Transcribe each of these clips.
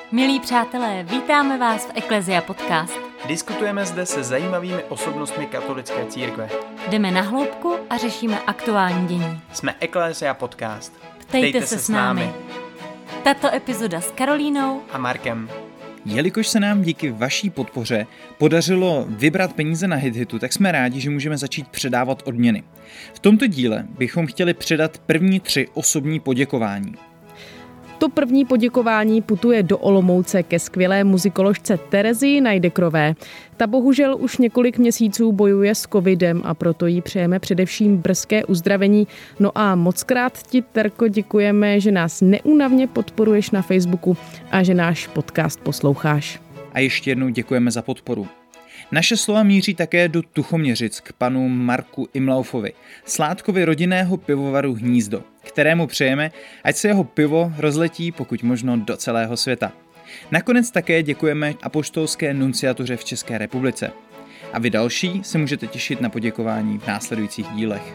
Milí přátelé, vítáme vás v Ecclesia Podcast. Diskutujeme zde se zajímavými osobnostmi katolické církve. Jdeme na hloubku a řešíme aktuální dění. Jsme Ecclesia Podcast. Ptejte se s námi. Tato epizoda s Karolínou a Markem. Jelikož se nám díky vaší podpoře podařilo vybrat peníze na HitHitu, tak jsme rádi, že můžeme začít předávat odměny. V tomto díle bychom chtěli předat první 3 osobní poděkování. To první poděkování putuje do Olomouce ke skvělé muzikoložce Terezii Najdekrové. Ta bohužel už několik měsíců bojuje s covidem a proto jí přejeme především brzké uzdravení. No a mockrát ti, Terko, děkujeme, že nás neúnavně podporuješ na Facebooku a že náš podcast posloucháš. A ještě jednou děkujeme za podporu. Naše slova míří také do Tuchoměřic k panu Marku Imlaufovi, sládkovi rodinného pivovaru Hnízdo, kterému přejeme, ať se jeho pivo rozletí pokud možno do celého světa. Nakonec také děkujeme apoštolské nunciatuře v České republice. A vy další se můžete těšit na poděkování v následujících dílech.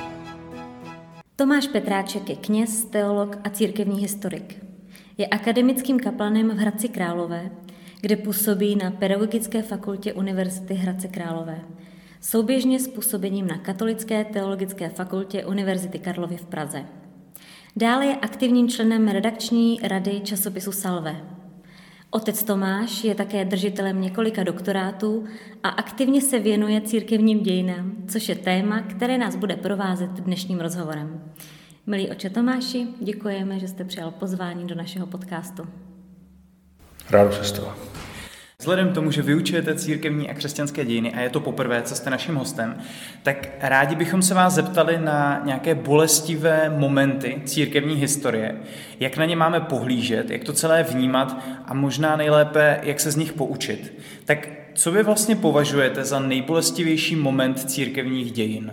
Tomáš Petráček je kněz, teolog a církevní historik. Je akademickým kaplanem v Hradci Králové, kde působí na Pedagogické fakultě Univerzity Hradce Králové. Souběžně s působením na Katolické teologické fakultě Univerzity Karlovy v Praze. Dále je aktivním členem redakční rady časopisu Salve. Otec Tomáš je také držitelem několika doktorátů a aktivně se věnuje církevním dějinám, což je téma, které nás bude provázet dnešním rozhovorem. Milý otče Tomáši, děkujeme, že jste přijal pozvání do našeho podcastu. Rádo se stalo. Vzhledem k tomu, že vyučujete církevní a křesťanské dějiny a je to poprvé, co jste naším hostem, tak rádi bychom se vás zeptali na nějaké bolestivé momenty církevní historie, jak na ně máme pohlížet, jak to celé vnímat a možná nejlépe, jak se z nich poučit. Tak co vy vlastně považujete za nejbolestivější moment církevních dějin?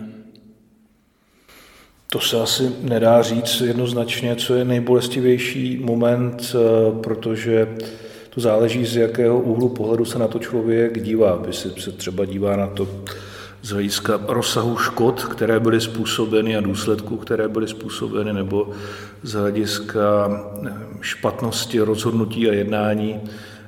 To se asi nedá říct jednoznačně, co je nejbolestivější moment, protože to záleží, z jakého úhlu pohledu se na to člověk dívá. Jestli se třeba dívá na to z hlediska rozsahu škod, které byly způsobeny a důsledků, které byly způsobeny, nebo z hlediska špatnosti rozhodnutí a jednání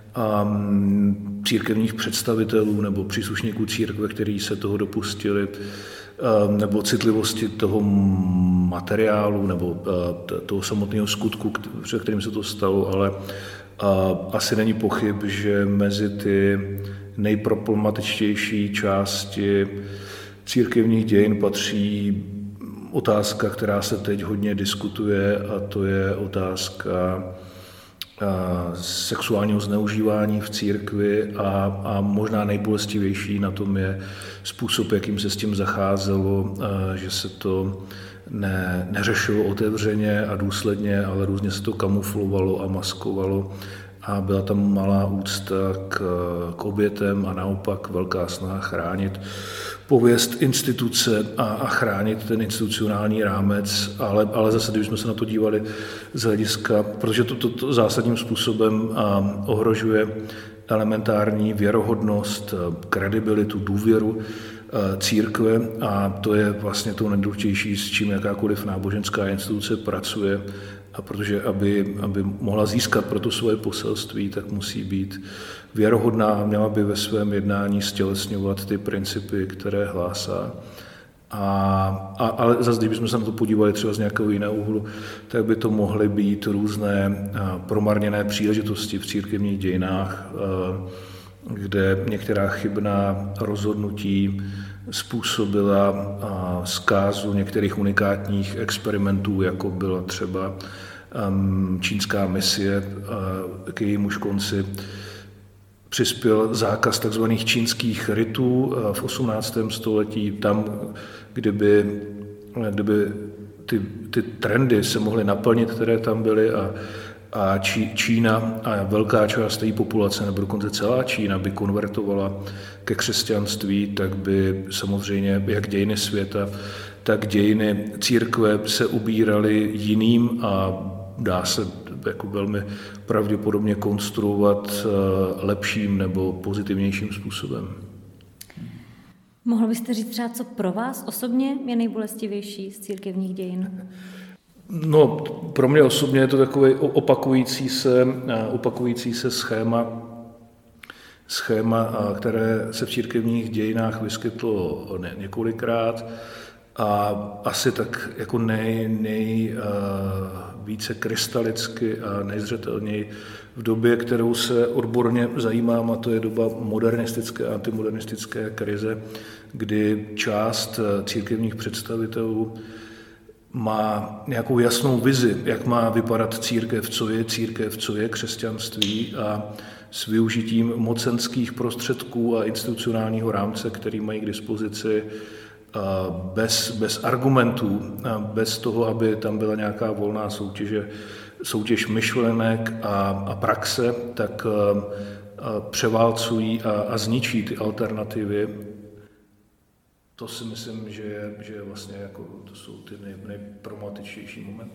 církevních představitelů nebo příslušníků církve, kteří se toho dopustili, nebo citlivosti toho materiálu nebo toho samotného skutku, před kterým se to stalo, ale asi není pochyb, že mezi ty nejproblematičtější části církevních dějin patří otázka, která se teď hodně diskutuje, a to je otázka sexuálního zneužívání v církvi a možná nejbolestivější na tom je způsob, jakým se s tím zacházelo, že se to neřešilo otevřeně a důsledně, ale různě se to kamuflovalo a maskovalo a byla tam malá úcta k obětem a naopak velká snaha chránit pověst instituce a chránit ten institucionální rámec, ale zase, když jsme se na to dívali z hlediska, protože to zásadním způsobem ohrožuje elementární věrohodnost, kredibilitu, důvěru církve a to je vlastně to nejdůležitější, s čím jakákoliv náboženská instituce pracuje, a protože aby mohla získat pro to svoje poselství, tak musí být věrohodná a měla by ve svém jednání stělesňovat ty principy, které hlásá. Ale zase, když bychom se na to podívali třeba z nějakého jiného úhlu, tak by to mohly být různé promarněné příležitosti v církevních dějinách, kde některá chybná rozhodnutí způsobila zkázu některých unikátních experimentů, jako byla třeba čínská misie, k jejímuž konci přispěl zákaz tzv. Čínských ritů v 18. století, tam, kdyby ty trendy se mohly naplnit, které tam byly, a Čína a velká část její populace, nebo dokonce celá Čína by konvertovala ke křesťanství, tak by samozřejmě jak dějiny světa, tak dějiny církve se ubíraly jiným a dá se jako velmi pravděpodobně konstruovat lepším nebo pozitivnějším způsobem. Mohl byste říct třeba, co pro vás osobně je nejbolestivější z církevních dějin? No, pro mě osobně je to takový opakující se schéma, které se v církevních dějinách vyskytlo několikrát a asi tak jako více krystalicky a nejzřetelněji v době, kterou se odborně zajímám, a to je doba modernistické a antimodernistické krize, kdy část církevních představitelů má nějakou jasnou vizi, jak má vypadat církev, co je křesťanství, a s využitím mocenských prostředků a institucionálního rámce, který mají k dispozici, bez argumentů, bez toho, aby tam byla nějaká volná soutěž myšlenek a praxe, tak převálcují a zničí ty alternativy. To si myslím, že je vlastně jako, to jsou ty nejproblematičtější momenty.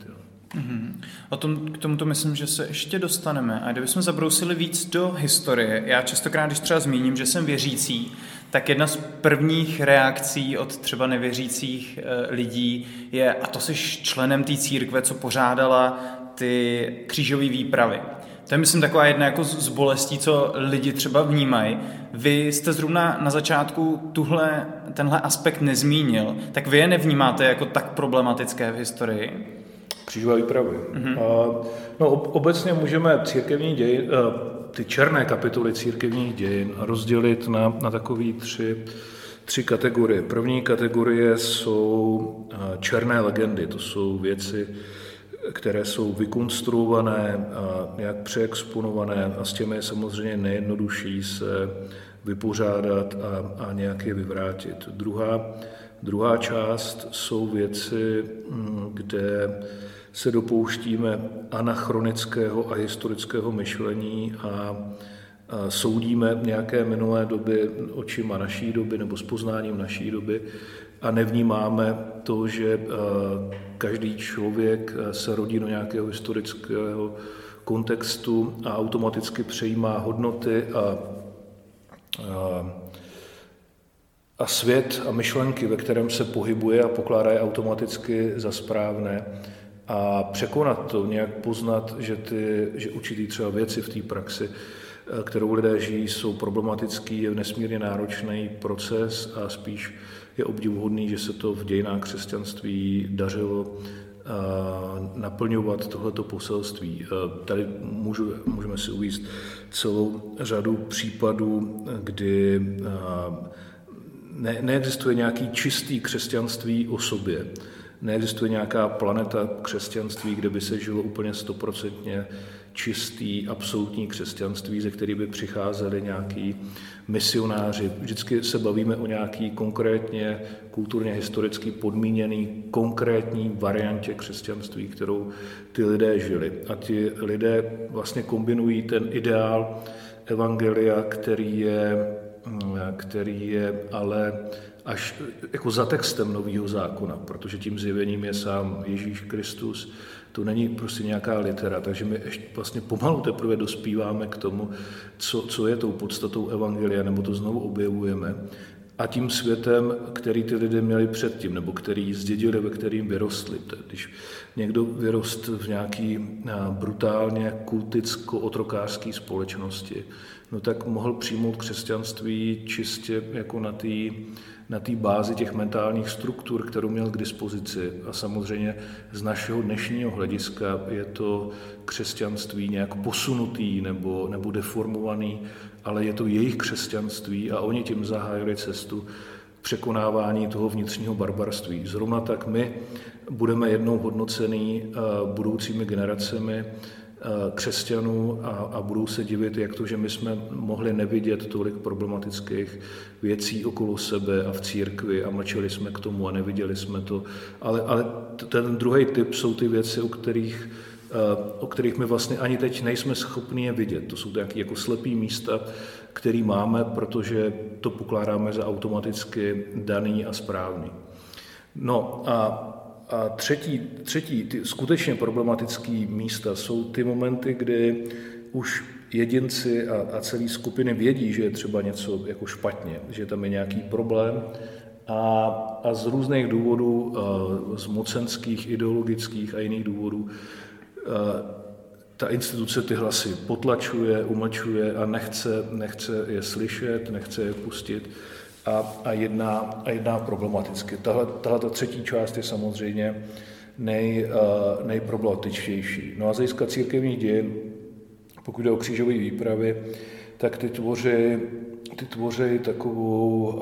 K tomuto myslím, že se ještě dostaneme. A kdybychom zabrousili víc do historie, já častokrát, když třeba zmíním, že jsem věřící, tak jedna z prvních reakcí od třeba nevěřících lidí je, a to jsi členem té církve, co pořádala ty křížové výpravy. To je, myslím, taková jedna jako z bolestí, co lidi třeba vnímají. Vy jste zrovna na začátku tenhle aspekt nezmínil, tak vy je nevnímáte jako tak problematické v historii? Křížové výpravy. No, obecně můžeme církevní dějiny, ty černé kapitoly církevních dějin rozdělit na takové tři kategorie. První kategorie jsou černé legendy, to jsou věci, které jsou vykonstruované a nějak přeexponované, a s těmi je samozřejmě nejjednodušší se vypořádat a nějak je vyvrátit. Druhá část jsou věci, kde se dopouštíme anachronického a historického myšlení a soudíme nějaké minulé doby očima naší doby nebo s poznáním naší doby a nevnímáme to, že každý člověk se rodí do nějakého historického kontextu a automaticky přejímá hodnoty a svět a myšlenky, ve kterém se pohybuje, a pokládá je automaticky za správné. A překonat to, nějak poznat, že určitý třeba věci v té praxi, kterou lidé žijí, jsou problematický, je nesmírně náročný proces a spíš je obdivuhodný, že se to v dějinách křesťanství dařilo naplňovat tohleto poselství. Tady můžeme si uvést celou řadu případů, kdy neexistuje nějaký čistý křesťanství o sobě. Neexistuje nějaká planeta křesťanství, kde by se žilo úplně 100% čistý, absolutní křesťanství, ze kterých by přicházeli nějaký misionáři. Vždycky se bavíme o nějaký konkrétně kulturně historicky podmíněný konkrétní variantě křesťanství, kterou ty lidé žili. A ti lidé vlastně kombinují ten ideál evangelia, který je ale až jako za textem Nového zákona, protože tím zjevením je sám Ježíš Kristus. To není prostě nějaká litera, takže my ještě vlastně pomalu teprve dospíváme k tomu, co je tou podstatou evangelia, nebo to znovu objevujeme. A tím světem, který ty lidé měli předtím, nebo který zdědili, ve kterým vyrostli. Když někdo vyrost v nějaký brutálně kulticko-otrokářské společnosti, no tak mohl přijmout křesťanství čistě jako na té bázi těch mentálních struktur, kterou měl k dispozici. A samozřejmě z našeho dnešního hlediska je to křesťanství nějak posunutý nebo deformovaný, ale je to jejich křesťanství a oni tím zahájili cestu překonávání toho vnitřního barbarství. Zrovna tak my budeme jednou hodnocení budoucími generacemi křesťanů a budou se divit, jak to, že my jsme mohli nevidět tolik problematických věcí okolo sebe a v církvi a mlčeli jsme k tomu a neviděli jsme to. Ale ten druhý typ jsou ty věci, o kterých my vlastně ani teď nejsme schopni je vidět. To jsou nějaké jako slepý místa, které máme, protože to pokládáme za automaticky daný a správný. No a třetí ty skutečně problematické místa jsou ty momenty, kdy už jedinci a celé skupiny vědí, že je třeba něco jako špatně, že tam je nějaký problém a z různých důvodů, z mocenských, ideologických a jiných důvodů, ta instituce ty hlasy potlačuje, umlčuje a nechce je slyšet, nechce je pustit a jedná problematicky. Tahle třetí část je samozřejmě nejproblematičtější. No a z hlediska církevních dějin, pokud jde o křížové výpravy, tak ty tvoří takovou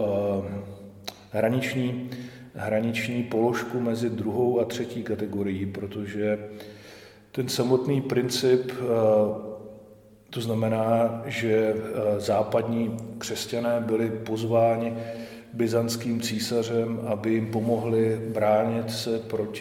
hraniční položku mezi druhou a třetí kategorií, protože ten samotný princip, to znamená, že západní křesťané byli pozváni byzantským císařem, aby jim pomohli bránit se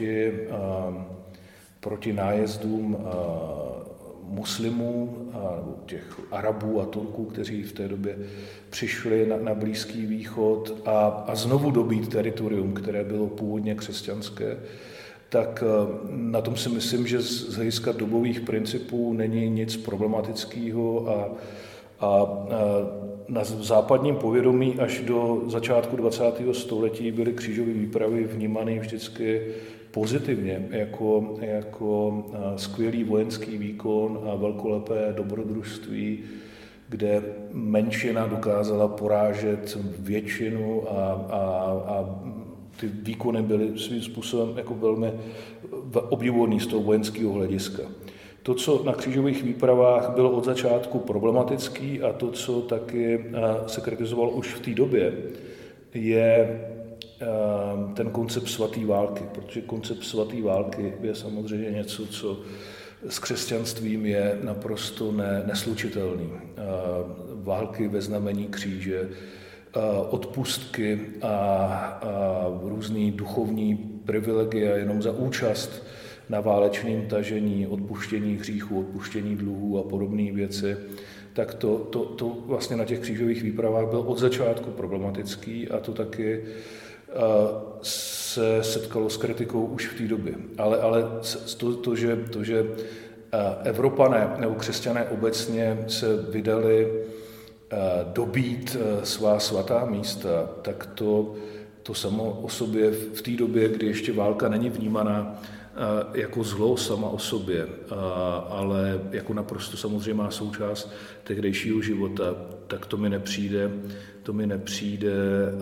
proti nájezdům muslimů, těch Arabů a Turků, kteří v té době přišli na Blízký východ a znovu dobít teritorium, které bylo původně křesťanské, tak na tom si myslím, že z hlediska dobových principů není nic problematického a na západním povědomí až do začátku 20. století byly křížové výpravy vnímány vždycky pozitivně jako skvělý vojenský výkon a velkolepé dobrodružství, kde menšina dokázala porážet většinu a ty výkony byly svým způsobem jako velmi obdivuhodný z toho vojenského hlediska. To, co na křížových výpravách bylo od začátku problematický a to, co taky se kritizovalo už v té době, je ten koncept svaté války, protože koncept svaté války je samozřejmě něco, co s křesťanstvím je naprosto neslučitelný. Války ve znamení kříže, odpustky a různý duchovní privilegia jenom za účast na válečném tažení, odpuštění hříchů, odpuštění dluhů a podobné věci, tak to vlastně na těch křížových výpravách bylo od začátku problematický a to taky se setkalo s kritikou už v té době. Ale to, že Evropané nebo křesťané obecně se vydali dobít svá svatá místa, tak to samo o sobě v té době, kdy ještě válka není vnímaná jako zlo sama o sobě, ale jako naprosto samozřejmá součást tehdejšího života, tak to mi nepřijde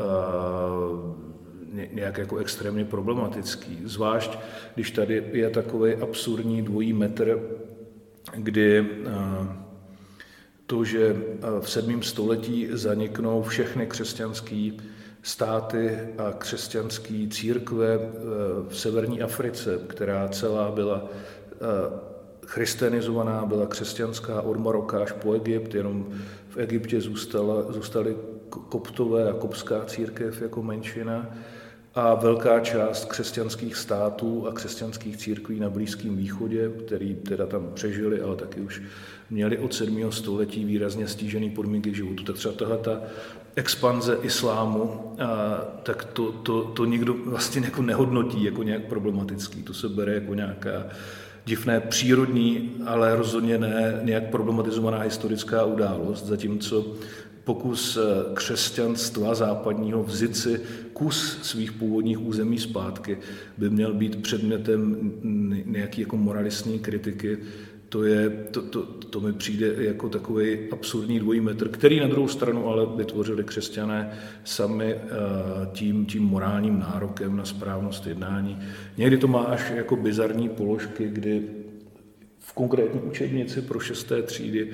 nějak jako extrémně problematický. Zvlášť, když tady je takový absurdní dvojí metr, kdy to, že v 7. století zaniknou všechny křesťanské státy a křesťanské církve v severní Africe, která celá byla christianizovaná, byla křesťanská od Maroka až po Egypt, jenom v Egyptě zůstaly koptové a koptská církev jako menšina a velká část křesťanských států a křesťanských církví na Blízkém východě, který teda tam přežili, ale taky už měli od 7. století výrazně stížený podmínky životu. Tak třeba tahleta expanze islámu, tak to nikdo vlastně jako nehodnotí jako nějak problematický. To se bere jako nějaká divné přírodní, ale rozhodně ne nějak problematizovaná historická událost, zatímco pokus křesťanstva západního vzít si kus svých původních území zpátky by měl být předmětem nějaký jako moralistní kritiky. To mi přijde jako takový absurdní dvojí metr, který na druhou stranu ale vytvořili křesťané sami tím morálním nárokem na správnost jednání. Někdy to má až jako bizarní položky, kdy v konkrétní učebnici pro 6. třídy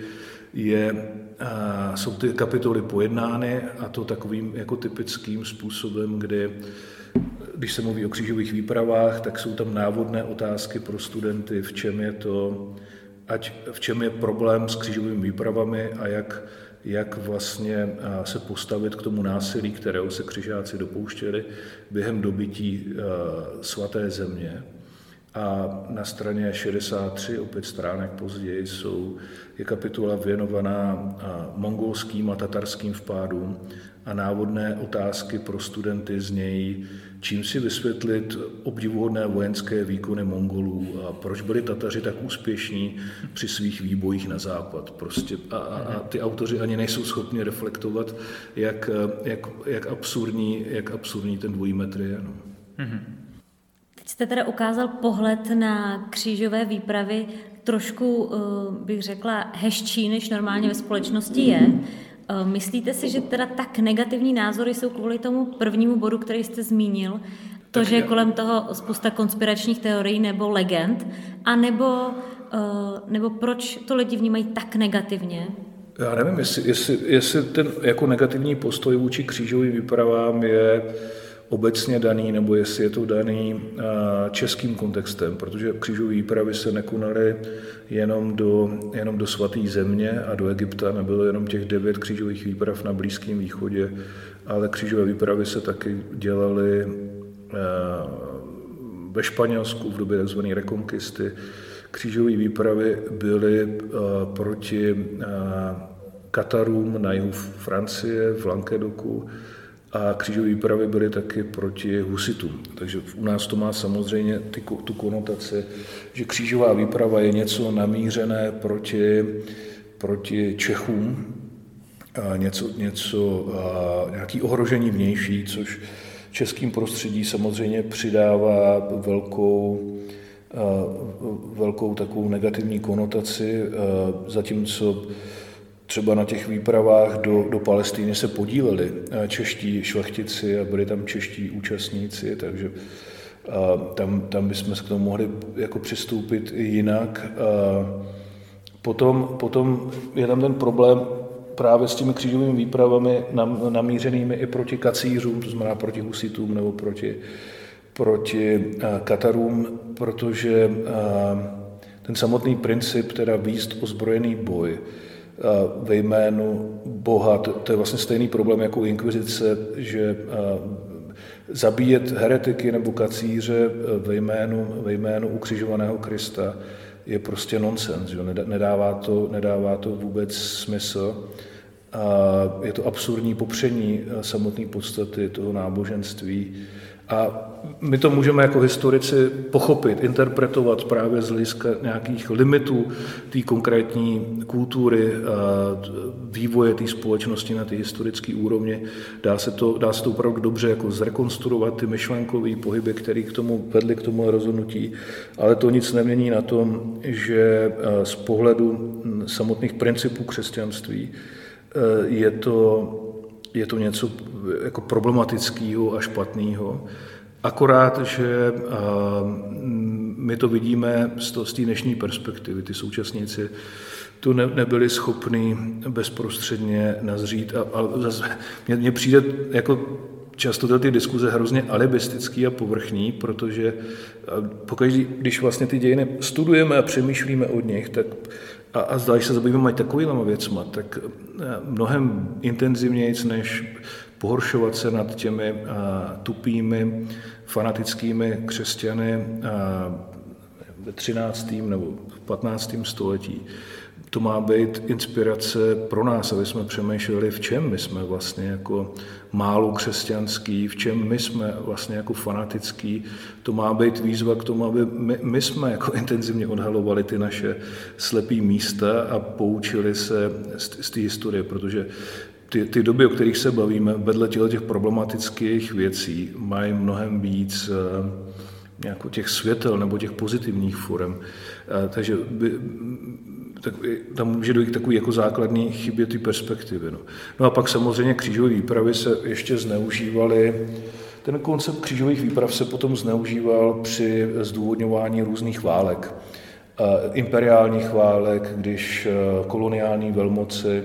jsou ty kapitoly pojednány a to takovým jako typickým způsobem, kdy když se mluví o křížových výpravách, tak jsou tam návodné otázky pro studenty, v čem je problém s křížovými výpravami a jak vlastně se postavit k tomu násilí, kterého se křižáci dopouštěli během dobytí svaté země. A na straně 63, opět stránek později, je kapitola věnovaná mongolským a tatarským vpádům a návodné otázky pro studenty znějí, čím si vysvětlit obdivuhodné vojenské výkony Mongolů a proč byli Tataři tak úspěšní při svých výbojích na západ. Prostě a ty autoři ani nejsou schopni reflektovat, jak absurdní ten dvojí metr je. No. Teď jste teda ukázal pohled na křížové výpravy trošku, bych řekla, hezčí, než normálně ve společnosti je. Myslíte si, že teda tak negativní názory jsou kvůli tomu prvnímu bodu, který jste zmínil, to, že je kolem toho spousta konspiračních teorií nebo legend, a nebo proč to lidi vnímají tak negativně? Já nevím, jestli ten jako negativní postoj vůči křížovým výpravám je obecně daný, nebo jestli je to daný českým kontextem, protože křížové výpravy se nekonaly jenom do svaté země a do Egypta, nebylo jenom těch 9 křížových výprav na Blízkém východě, ale křížové výpravy se taky dělaly ve Španělsku v době tzv. Rekonkisty. Křížové výpravy byly proti Katarům na jihu Francie, v Languedocu, a křížové výpravy byly taky proti husitům. Takže u nás to má samozřejmě tu konotaci, že křížová výprava je něco namířené proti Čechům, nějaký ohrožení vnější, což českým prostředí samozřejmě přidává velkou takovou negativní konotaci, zatímco třeba na těch výpravách do Palestiny se podíleli čeští šlechtici a byli tam čeští účastníci, takže tam bychom k tomu mohli jako přistoupit i jinak. Potom je tam ten problém právě s těmi křížovými výpravami namířenými i proti kacířům, to znamená proti husitům nebo proti Katarům, protože ten samotný princip, teda výjezd ozbrojený boj ve jménu Boha, to je vlastně stejný problém jako inkvizice, že zabíjet heretiky nebo kacíře ve jménu ukřižovaného Krista je prostě nonsens, že? Nedává to vůbec smysl. A je to absurdní popření samotné podstaty toho náboženství. A my to můžeme jako historici pochopit, interpretovat právě z hlediska nějakých limitů té konkrétní kultury, vývoje té společnosti na té historické úrovni. Dá se to opravdu dobře jako zrekonstruovat ty myšlenkové pohyby, které vedly k tomu rozhodnutí, ale to nic nemění na tom, že z pohledu samotných principů křesťanství je to něco jako problematického a špatného. Akorát, že my to vidíme z té dnešní perspektivy. Ty současníci to nebyli schopni bezprostředně nazřít. A zase mně přijde jako často ty diskuze hrozně alibistický a povrchní, protože pokaždý, když vlastně ty dějiny studujeme a přemýšlíme o nich, tak a zvlášť se zabýváme takovýma věcma, tak mnohem intenzivnějc, než pohoršovat se nad těmi tupými, fanatickými křesťany ve 13. nebo v 15. století. To má být inspirace pro nás, aby jsme přemýšleli, v čem my jsme vlastně jako málo křesťanský, v čem my jsme vlastně jako fanatický. To má být výzva k tomu, aby my jsme jako intenzivně odhalovali ty naše slepý místa a poučili se z té historie, protože ty doby, o kterých se bavíme, vedle těch problematických věcí, mají mnohem víc jako těch světel nebo těch pozitivních forem. Takže tam může dojít takový jako základní chybě ty perspektivy. No a pak samozřejmě křížové výpravy se ještě zneužívaly. Ten koncept křížových výprav se potom zneužíval při zdůvodňování různých válek. Imperiálních válek, když koloniální velmoci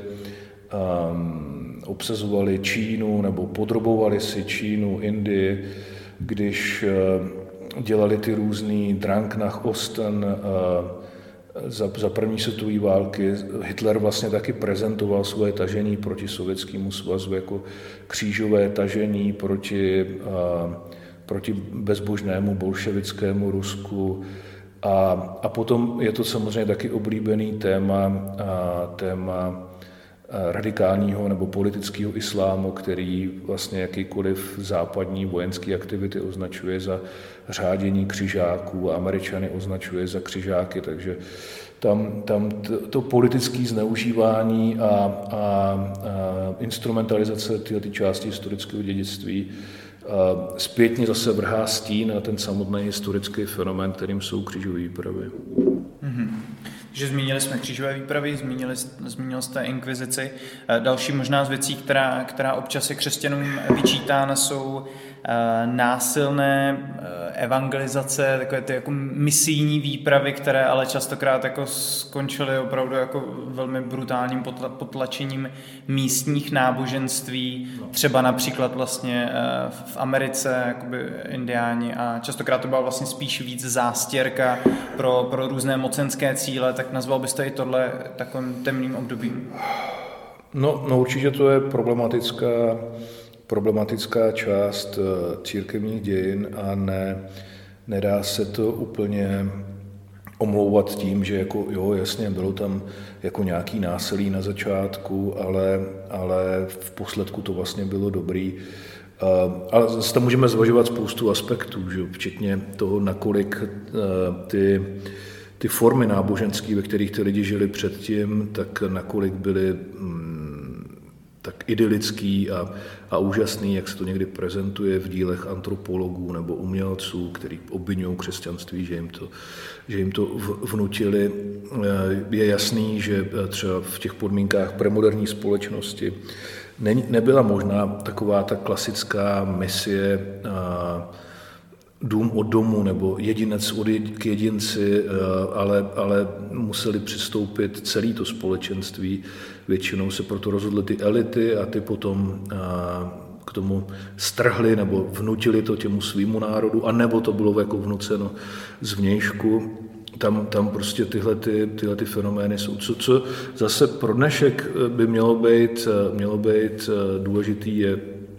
obsazovali Čínu nebo podrobovali si Čínu, Indii, když dělali ty různý Drang nach Osten za první světové války. Hitler vlastně taky prezentoval svoje tažení proti Sovětskému svazu jako křížové tažení proti bezbožnému bolševickému Rusku. A potom je to samozřejmě taky oblíbený téma radikálního nebo politického islámu, který vlastně jakýkoliv západní vojenské aktivity označuje za řádění křižáků a Američany označuje za křižáky, takže tam to politické zneužívání a instrumentalizace této části historického dědictví zpětně zase vrhá stín na ten samotný historický fenomén, kterým jsou křížové výpravy. Mm-hmm. Takže zmínili jsme křížové výpravy, zmínil jste inkvizici. Další možná z věcí, která občas je křesťanům vyčítána, jsou násilné evangelizace, takové ty jako misijní výpravy, které ale častokrát jako skončily opravdu jako velmi brutálním potlačením místních náboženství, třeba například vlastně v Americe, jakoby indiáni, a častokrát to byla vlastně spíš víc zástěrka pro různé mocenské cíle, tak nazval byste i tohle takovým temným obdobím? No určitě to je problematická část církevních dějin a nedá se to úplně omlouvat tím, že jako jo, jasně, bylo tam jako nějaký násilí na začátku, ale v posledku to vlastně bylo dobrý. Ale zase tam můžeme zvažovat spoustu aspektů, že? Včetně toho, nakolik ty formy náboženské, ve kterých ty lidi žili předtím, tak nakolik byly tak idylický a úžasný, jak se to někdy prezentuje v dílech antropologů nebo umělců, kteří obvinují křesťanství, že jim to vnutili. Je jasný, že třeba v těch podmínkách premoderní společnosti nebyla možná taková ta klasická misie dům od domu nebo jedinec k jedinci, ale museli přistoupit celé to společenství. Většinou se proto rozhodly ty elity a ty potom k tomu strhli nebo vnutili to těmu svýmu národu, anebo to bylo jako vnuceno zvnějšku. Tam prostě tyhle fenomény jsou. Co zase pro dnešek by mělo být důležitý, je,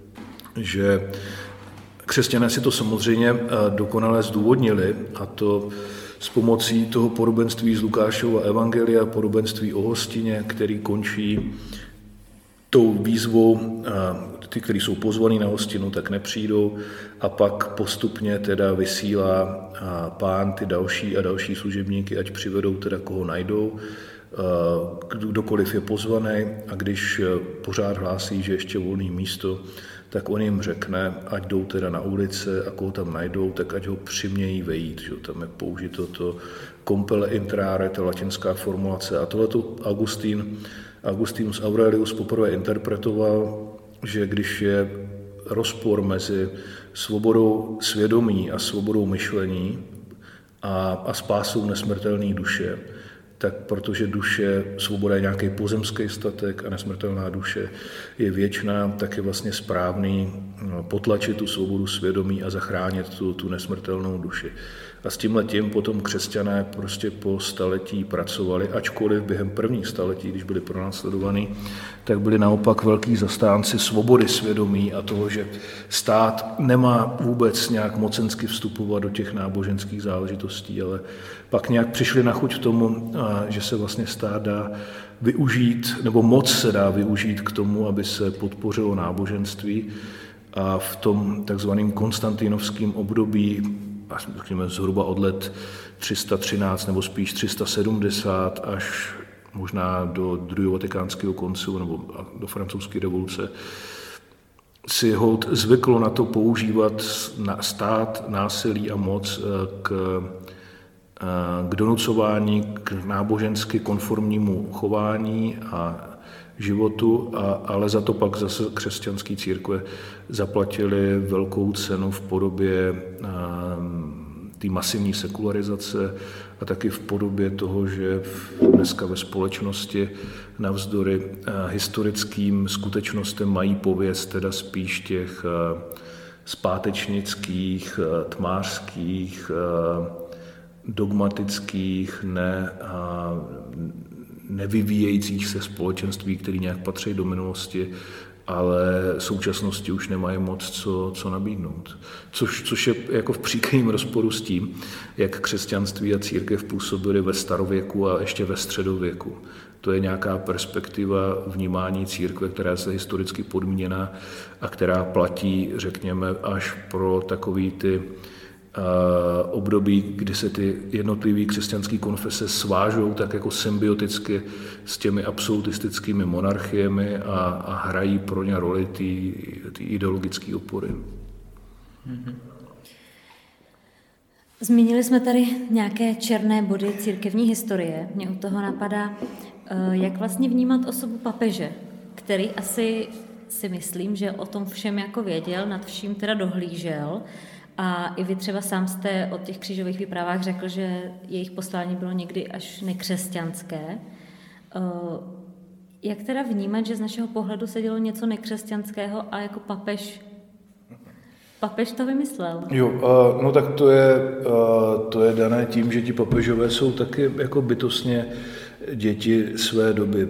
že křesťané si to samozřejmě dokonale zdůvodnili, a to s pomocí toho podobenství z Lukášova evangelia, podobenství o hostině, který končí tou výzvou, ty, kteří jsou pozvaní na hostinu, tak nepřijdou, a pak postupně teda vysílá Pán ty další a další služebníky, ať přivedou teda koho najdou, kdokoliv je pozvaný, a když pořád hlásí, že ještě volné místo, tak on jim řekne, ať jdou teda na ulice, a koho tam najdou, tak ať ho přimějí vejít. Že? Tam je použito to compelle intrare, ta latinská formulace. A tohleto Augustinus Aurelius poprvé interpretoval, že když je rozpor mezi svobodou svědomí a svobodou myšlení a spásou nesmrtelné duše, tak protože svoboda je nějaký pozemský statek a nesmrtelná duše je věčná, tak je vlastně správný potlačit tu svobodu svědomí a zachránit tu nesmrtelnou duši. A s tímhletím potom křesťané prostě po staletí pracovali, ačkoliv během prvních staletí, když byli pronásledovaní, tak byli naopak velký zastánci svobody svědomí a toho, že stát nemá vůbec nějak mocensky vstupovat do těch náboženských záležitostí, ale pak nějak přišli na chuť tomu, že se vlastně stát dá využít, nebo moc se dá využít k tomu, aby se podpořilo náboženství, a v tom takzvaném konstantinovském období, řekněme zhruba od let 313 nebo spíš 370 až možná do druhého vatikánského koncilu nebo do francouzské revoluce, si holt zvyklo na to používat stát, násilí a moc k donucování k nábožensky konformnímu chování a životu, ale za to pak zase křesťanské církve zaplatili velkou cenu v podobě té masivní sekularizace a taky v podobě toho, že dneska ve společnosti navzdory historickým skutečnostem mají pověst teda spíš těch zpátečnických, tmářských, dogmatických, nevyvíjejících se společenství, které nějak patří do minulosti, ale současnosti už nemají moc co nabídnout. Což je jako v příkrým rozporu s tím, jak křesťanství a církev působily ve starověku a ještě ve středověku. To je nějaká perspektiva vnímání církve, která je historicky podmíněná a která platí, řekněme, až pro takový ty období, kdy se ty jednotlivé křesťanské konfese svážou tak jako symbioticky s těmi absolutistickými monarchiemi a hrají pro ně roli ty ideologické opory. Zmínili jsme tady nějaké černé body církevní historie. Mě u toho napadá, jak vlastně vnímat osobu papeže, který asi si myslím, že o tom všem jako věděl, nad vším teda dohlížel. A i vy třeba sám jste o těch křížových výpravách řekl, že jejich poslání bylo někdy až nekřesťanské. Jak teda vnímat, že z našeho pohledu se dělo něco nekřesťanského a jako papež to vymyslel? Jo, no tak to je dané tím, že ti papežové jsou taky jako bytostně děti své doby.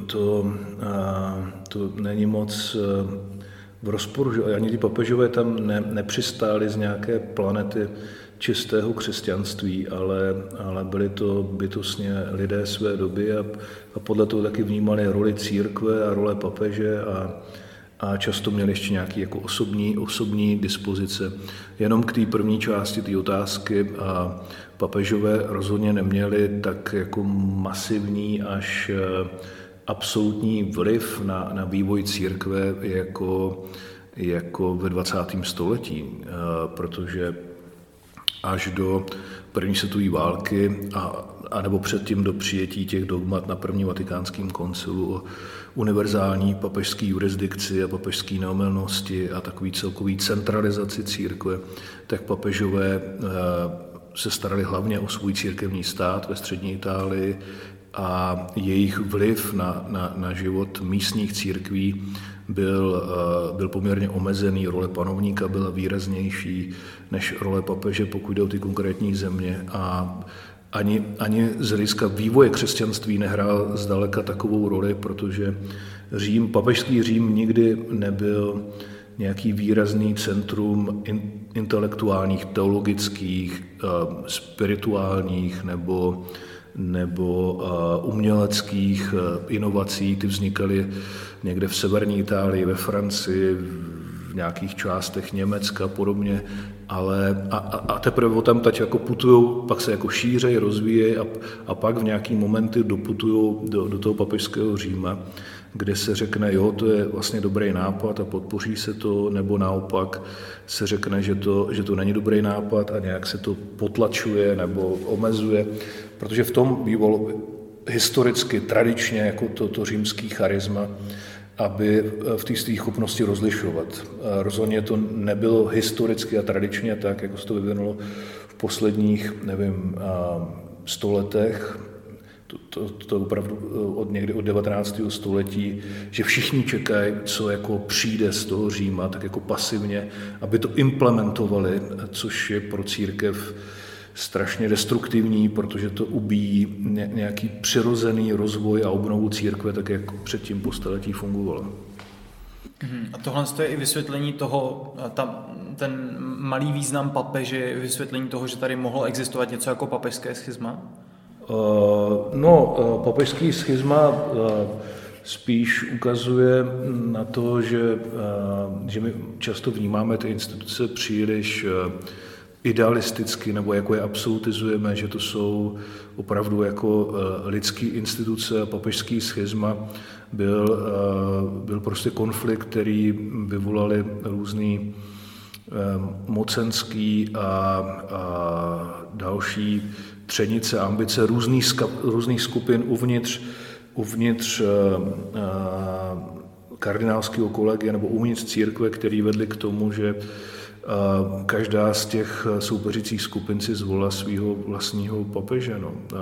To není moc v rozporu, že ani ty papežové tam nepřistáli z nějaké planety čistého křesťanství, ale byli to bytostně lidé své doby a podle toho taky vnímali roli církve a role papeže a často měli ještě nějaké jako osobní dispozice. Jenom k té první části té otázky a papežové rozhodně neměli tak jako masivní až absolutní vliv na vývoj církve jako ve 20. století, protože až do první světové války a nebo předtím do přijetí těch dogmat na první vatikánském koncilu o univerzální papežské jurisdikci a papežské neomylnosti a takový celkový centralizaci církve, tak papežové se starali hlavně o svůj církevní stát ve střední Itálii a jejich vliv na život místních církví byl poměrně omezený, role panovníka byla výraznější než role papeže, pokud jde o ty konkrétní země a ani z hlediska vývoje křesťanství nehrál zdaleka takovou roli, protože papežský Řím nikdy nebyl nějaký výrazný centrum intelektuálních, teologických, spirituálních nebo uměleckých inovací. Ty vznikaly někde v severní Itálii, ve Francii, v nějakých částech Německa a podobně, ale a teprve tamtať jako putujou, pak se jako šířejí, rozvíjejí a pak v nějaký momenty doputujou do toho papežského Říma, kde se řekne, jo, to je vlastně dobrý nápad a podpoří se to, nebo naopak se řekne, že to není dobrý nápad a nějak se to potlačuje nebo omezuje, protože v tom bývalo historicky, tradičně jako to římský charisma, aby v té své schopnosti rozlišovat. Rozhodně to nebylo historicky a tradičně tak, jako se to vyvinulo v posledních, 100 letech, to opravdu někdy od 19. století, že všichni čekají, co jako přijde z toho Říma, tak jako pasivně, aby to implementovali, což je pro církev strašně destruktivní, protože to ubíjí nějaký přirozený rozvoj a obnovu církve, tak jak předtím po staletí fungovalo. A tohle je i vysvětlení toho, ten malý význam papeže, vysvětlení toho, že tady mohlo existovat něco jako papežské schizma? Papežský schizma spíš ukazuje na to, že my často vnímáme ty instituce příliš idealisticky, nebo jako je absolutizujeme, že to jsou opravdu jako lidské instituce a papežský schizma byl prostě konflikt, který vyvolali různý mocenský a další třenice, ambice různých skupin uvnitř kardinálského kolegia nebo uvnitř církve, který vedli k tomu, že každá z těch soupeřících skupin si zvolila svého vlastního papeže.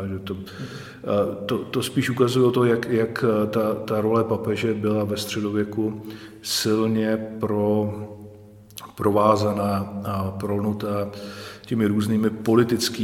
To spíš ukazuje to, jak ta role papeže byla ve středověku silně provázaná a prolnutá těmi různými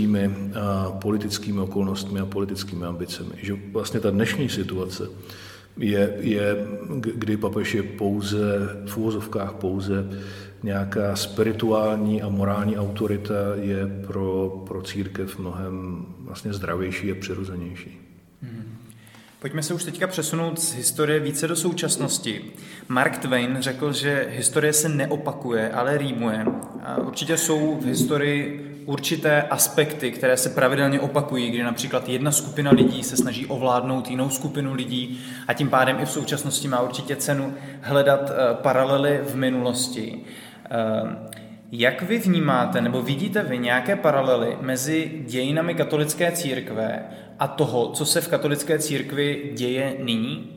politickými okolnostmi a politickými ambicemi. Že vlastně ta dnešní situace kdy papež je pouze, v uvozovkách pouze nějaká spirituální a morální autorita, je pro církev mnohem vlastně zdravější a přirozenější. Pojďme se už teďka přesunout z historie více do současnosti. Mark Twain řekl, že historie se neopakuje, ale rýmuje. A určitě jsou v historii určité aspekty, které se pravidelně opakují, kdy například jedna skupina lidí se snaží ovládnout jinou skupinu lidí a tím pádem i v současnosti má určitě cenu hledat paralely v minulosti. Jak vy vnímáte, nebo vidíte vy nějaké paralely mezi dějinami katolické církve a toho, co se v katolické církvi děje nyní?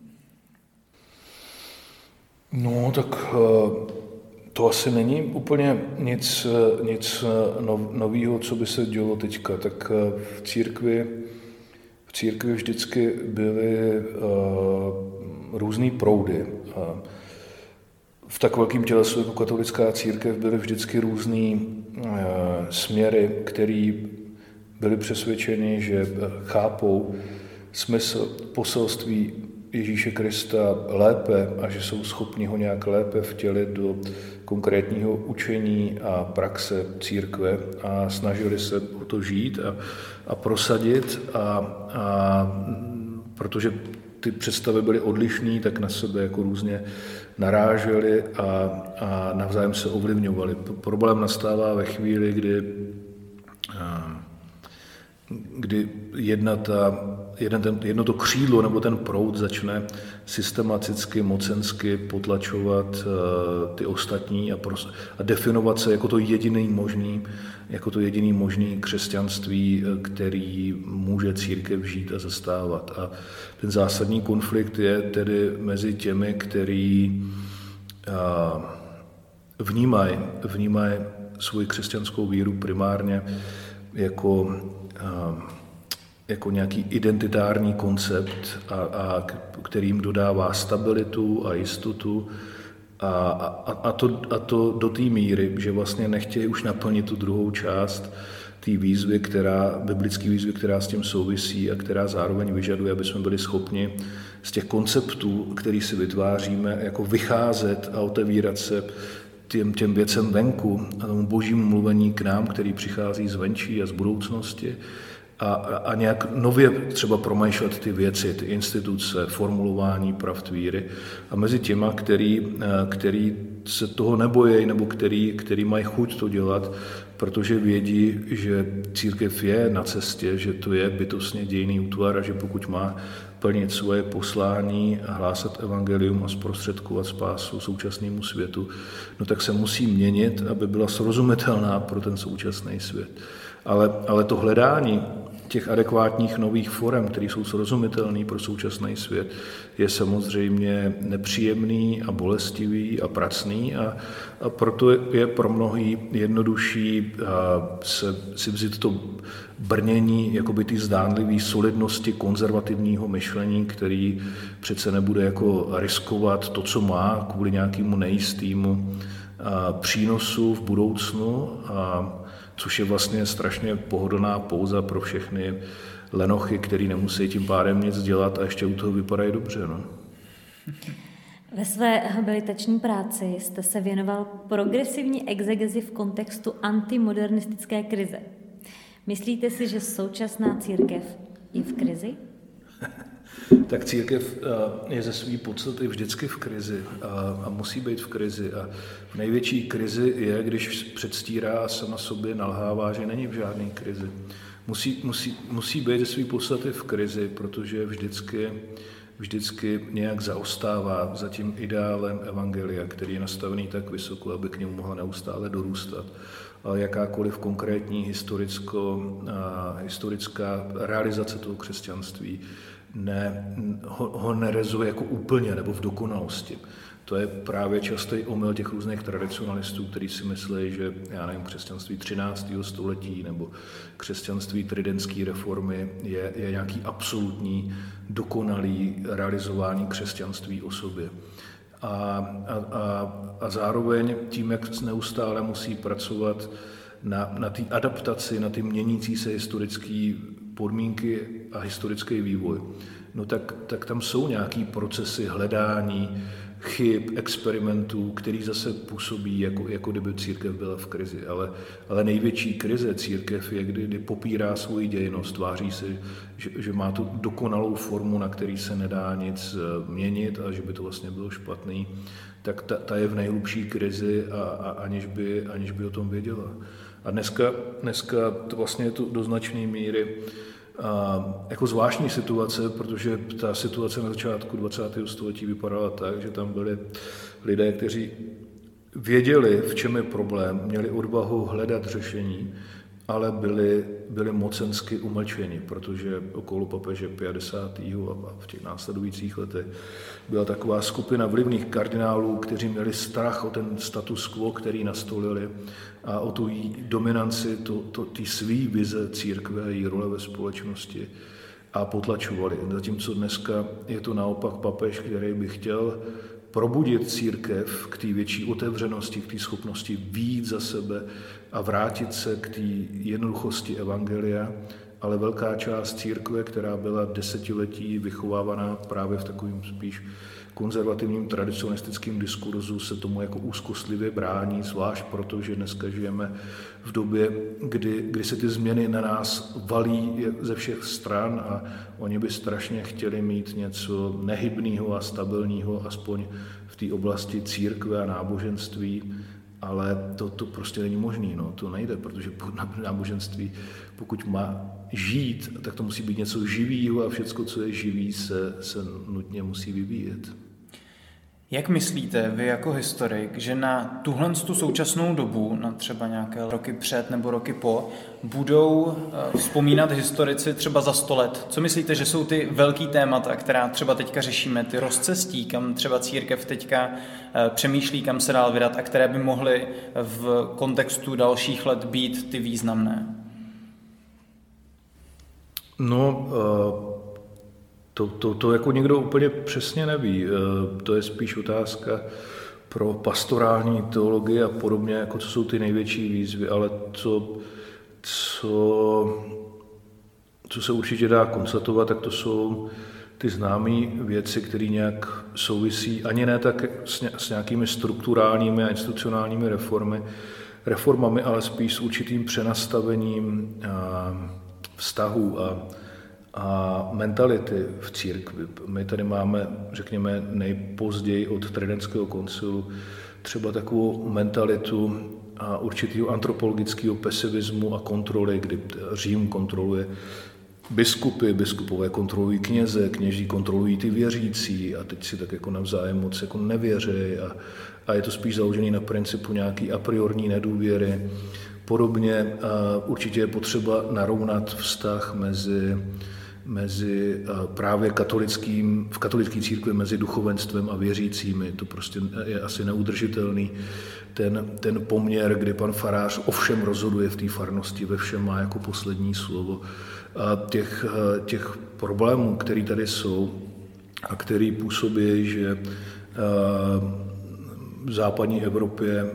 No, tak to asi není úplně nic nového, co by se dělo teďka. Tak v církvi vždycky byly různý proudy. V tak velkém tělesu jako katolická církev byly vždycky různý směry, které byli přesvědčeni, že chápou smysl poselství Ježíše Krista lépe a že jsou schopni ho nějak lépe vtělit do konkrétního učení a praxe církve a snažili se o to žít a prosadit a protože ty představy byly odlišné, tak na sebe jako různě naráželi a navzájem se ovlivňovali. Problém nastává ve chvíli, kdy jedno to křídlo nebo ten proud začne systematicky, mocensky potlačovat ty ostatní a definovat se jako to jediný možný křesťanství, který může církev žít a zastávat. A ten zásadní konflikt je tedy mezi těmi, který vnímají svoji křesťanskou víru primárně jako nějaký identitární koncept, který jim dodává stabilitu a jistotu a to do té míry, že vlastně nechtějí už naplnit tu druhou část té výzvy, biblické výzvy, která s tím souvisí a která zároveň vyžaduje, aby jsme byli schopni z těch konceptů, který si vytváříme, jako vycházet a otevírat se těm věcem venku a tomu božímu mluvení k nám, který přichází zvenčí a z budoucnosti a nějak nově třeba promýšlet ty věci, ty instituce, formulování pravd víry a mezi těma, který se toho nebojí nebo který mají chuť to dělat, protože vědí, že církev je na cestě, že to je bytostně dějný útvar a že pokud má plnit svoje poslání a hlásat evangelium a zprostředkovat spásu současnému světu, no tak se musí měnit, aby byla srozumitelná pro ten současný svět. Ale to hledání těch adekvátních nových forem, které jsou srozumitelné pro současný svět, je samozřejmě nepříjemný a bolestivý a pracný a proto je pro mnohý jednodušší si vzít to brnění jakoby ty zdánlivé solidnosti konzervativního myšlení, který přece nebude jako riskovat to, co má, kvůli nějakému nejistému přínosu v budoucnu, což je vlastně strašně pohodlná póza pro všechny lenochy, který nemusí tím pádem nic dělat a ještě u toho vypadají dobře. No. Ve své habilitační práci jste se věnoval progresivní exegezi v kontextu antimodernistické krize. Myslíte si, že současná církev je v krizi? Tak církev je ze své podstaty vždycky v krizi a musí být v krizi. A v největší krizi je, když předstírá sama sobě, nalhává, že není v žádné krizi. Musí být ze své podstaty v krizi, protože vždycky nějak zaostává za tím ideálem evangelia, který je nastavený tak vysoko, aby k němu mohla neustále dorůstat. Ale jakákoliv konkrétní historická realizace toho křesťanství ho nerezuje jako úplně nebo v dokonalosti. To je právě častý omyl těch různých tradicionalistů, kteří si myslí, že křesťanství 13. století nebo křesťanství tridentské reformy je nějaký absolutní dokonalý realizování křesťanství o sobě. A zároveň tím, jak neustále musí pracovat na té adaptaci, na ty měnící se historické podmínky a historický vývoj, no tak tam jsou nějaký procesy hledání, chyb, experimentů, který zase působí, jako kdyby církev byla v krizi. Ale největší krize církev je, kdy popírá svoji dějinnost, tváří se, že má tu dokonalou formu, na který se nedá nic měnit a že by to vlastně bylo špatný, tak ta je v nejhlubší krizi a aniž by o tom věděla. A dneska to vlastně je to do značné míry jako zvláštní situace, protože ta situace na začátku 20. století vypadala tak, že tam byli lidé, kteří věděli, v čem je problém, měli odvahu hledat řešení, ale byli mocensky umlčeni, protože okolo papeže 50. a v těch následujících letech byla taková skupina vlivných kardinálů, kteří měli strach o ten status quo, který nastolili a o tu dominanci, ty svý vize církve a její role ve společnosti a potlačovali. Zatímco dneska je to naopak papež, který by chtěl probudit církev k té větší otevřenosti, k té schopnosti vyjít za sebe a vrátit se k té jednoduchosti evangelia, ale velká část církve, která byla desetiletí vychovávaná právě v takovým spíš konzervativním tradicionalistickým diskurzu, se tomu jako úzkostlivě brání, zvlášť proto, že dneska žijeme v době, kdy se ty změny na nás valí ze všech stran a oni by strašně chtěli mít něco nehybného a stabilního, aspoň v té oblasti církve a náboženství, ale to prostě není možné, no, to nejde, protože náboženství, pokud má žít, tak to musí být něco živého a všecko, co je živý, se nutně musí vyvíjet. Jak myslíte vy jako historik, že na tuhle tu současnou dobu, na třeba nějaké roky před nebo roky po, budou vzpomínat historici třeba za 100 let? Co myslíte, že jsou ty velký témata, která třeba teďka řešíme, ty rozcestí, kam třeba církev teďka přemýšlí, kam se dál vydat a které by mohly v kontextu dalších let být ty významné? No, to jako někdo úplně přesně neví. To je spíš otázka pro pastorální teologii a podobně, jako co jsou ty největší výzvy, ale co se určitě dá konstatovat, tak to jsou ty známé věci, které nějak souvisí ani ne tak s nějakými strukturálními a institucionálními reformami, ale spíš s určitým přenastavením vztahů a mentality v církvi. My tady máme, řekněme, nejpozději od Tridentského koncilu třeba takovou mentalitu a určitého antropologického pesimismu a kontroly, kdy Řím kontroluje biskupové kontrolují kněze, kněží kontrolují ty věřící a teď si tak jako navzájem moc jako nevěří a je to spíš založený na principu nějaký a priorní nedůvěry. Podobně určitě je potřeba narovnat vztah mezi právě v katolické církvi mezi duchovenstvem a věřícími. To prostě je asi neudržitelný ten poměr, kdy pan farář o všem rozhoduje v té farnosti, ve všem má jako poslední slovo. A těch problémů, které tady jsou a který působí, že v západní Evropě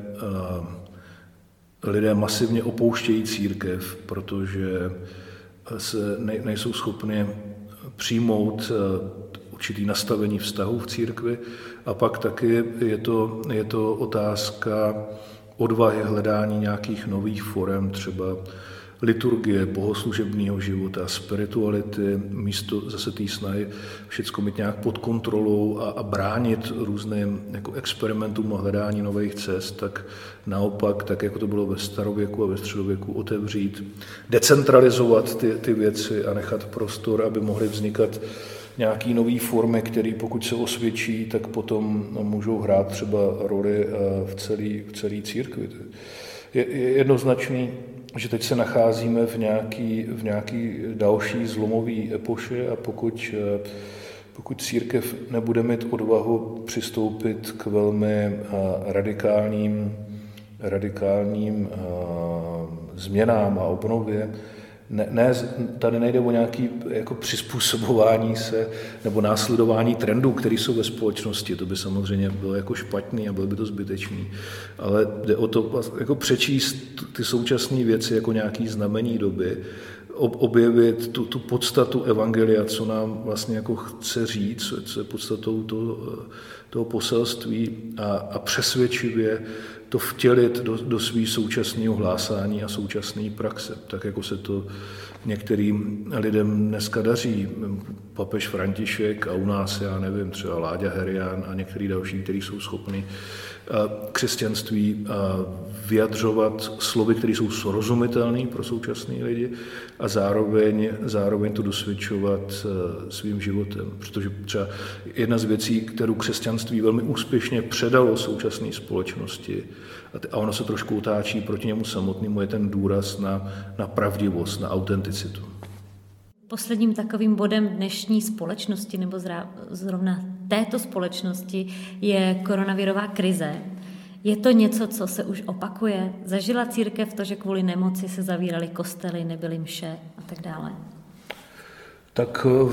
lidé masivně opouštějí církev, protože se nejsou schopni přijmout určitý nastavení vztahu v církvi. A pak taky je to otázka odvahy hledání nějakých nových forem, třeba liturgie, bohoslužebního života, spirituality, místo zase té snahy všecko mít nějak pod kontrolou a bránit různým jako experimentům a hledání nových cest, tak naopak, tak jako to bylo ve starověku a ve středověku, otevřít, decentralizovat ty věci a nechat prostor, aby mohly vznikat nějaké nové formy, které pokud se osvědčí, tak potom můžou hrát třeba roli v celé církvi. Je jednoznačný, že teď se nacházíme v nějaký další zlomový epoše a pokud církev nebude mít odvahu přistoupit k velmi radikálním změnám a obnově, tady nejde o nějaké jako přizpůsobování se nebo následování trendů, které jsou ve společnosti. To by samozřejmě bylo jako špatný a bylo by to zbytečný. Ale jde o to jako přečíst ty současné věci jako nějaký znamení doby, objevit tu podstatu evangelia, co nám vlastně jako chce říct, co je podstatou toho poselství a přesvědčivě to vtělit do svých současného hlásání a současné praxe. Tak jako se to některým lidem dneska daří. Papež František a u nás, já nevím, třeba Láďa Herián a některý další, kteří jsou schopni křesťanství vyjadřovat slovy, které jsou srozumitelné pro současné lidi a zároveň to dosvědčovat svým životem. Protože třeba jedna z věcí, kterou křesťanství velmi úspěšně předalo současné společnosti, a ono se trošku otáčí proti němu samotnému, je ten důraz na pravdivost, na autenticitu. Posledním takovým bodem dnešní společnosti, nebo zrovna této společnosti, je koronavirová krize. Je to něco, co se už opakuje? Zažila církev to, že kvůli nemoci se zavíraly kostely, nebyly mše a tak dále? Tak v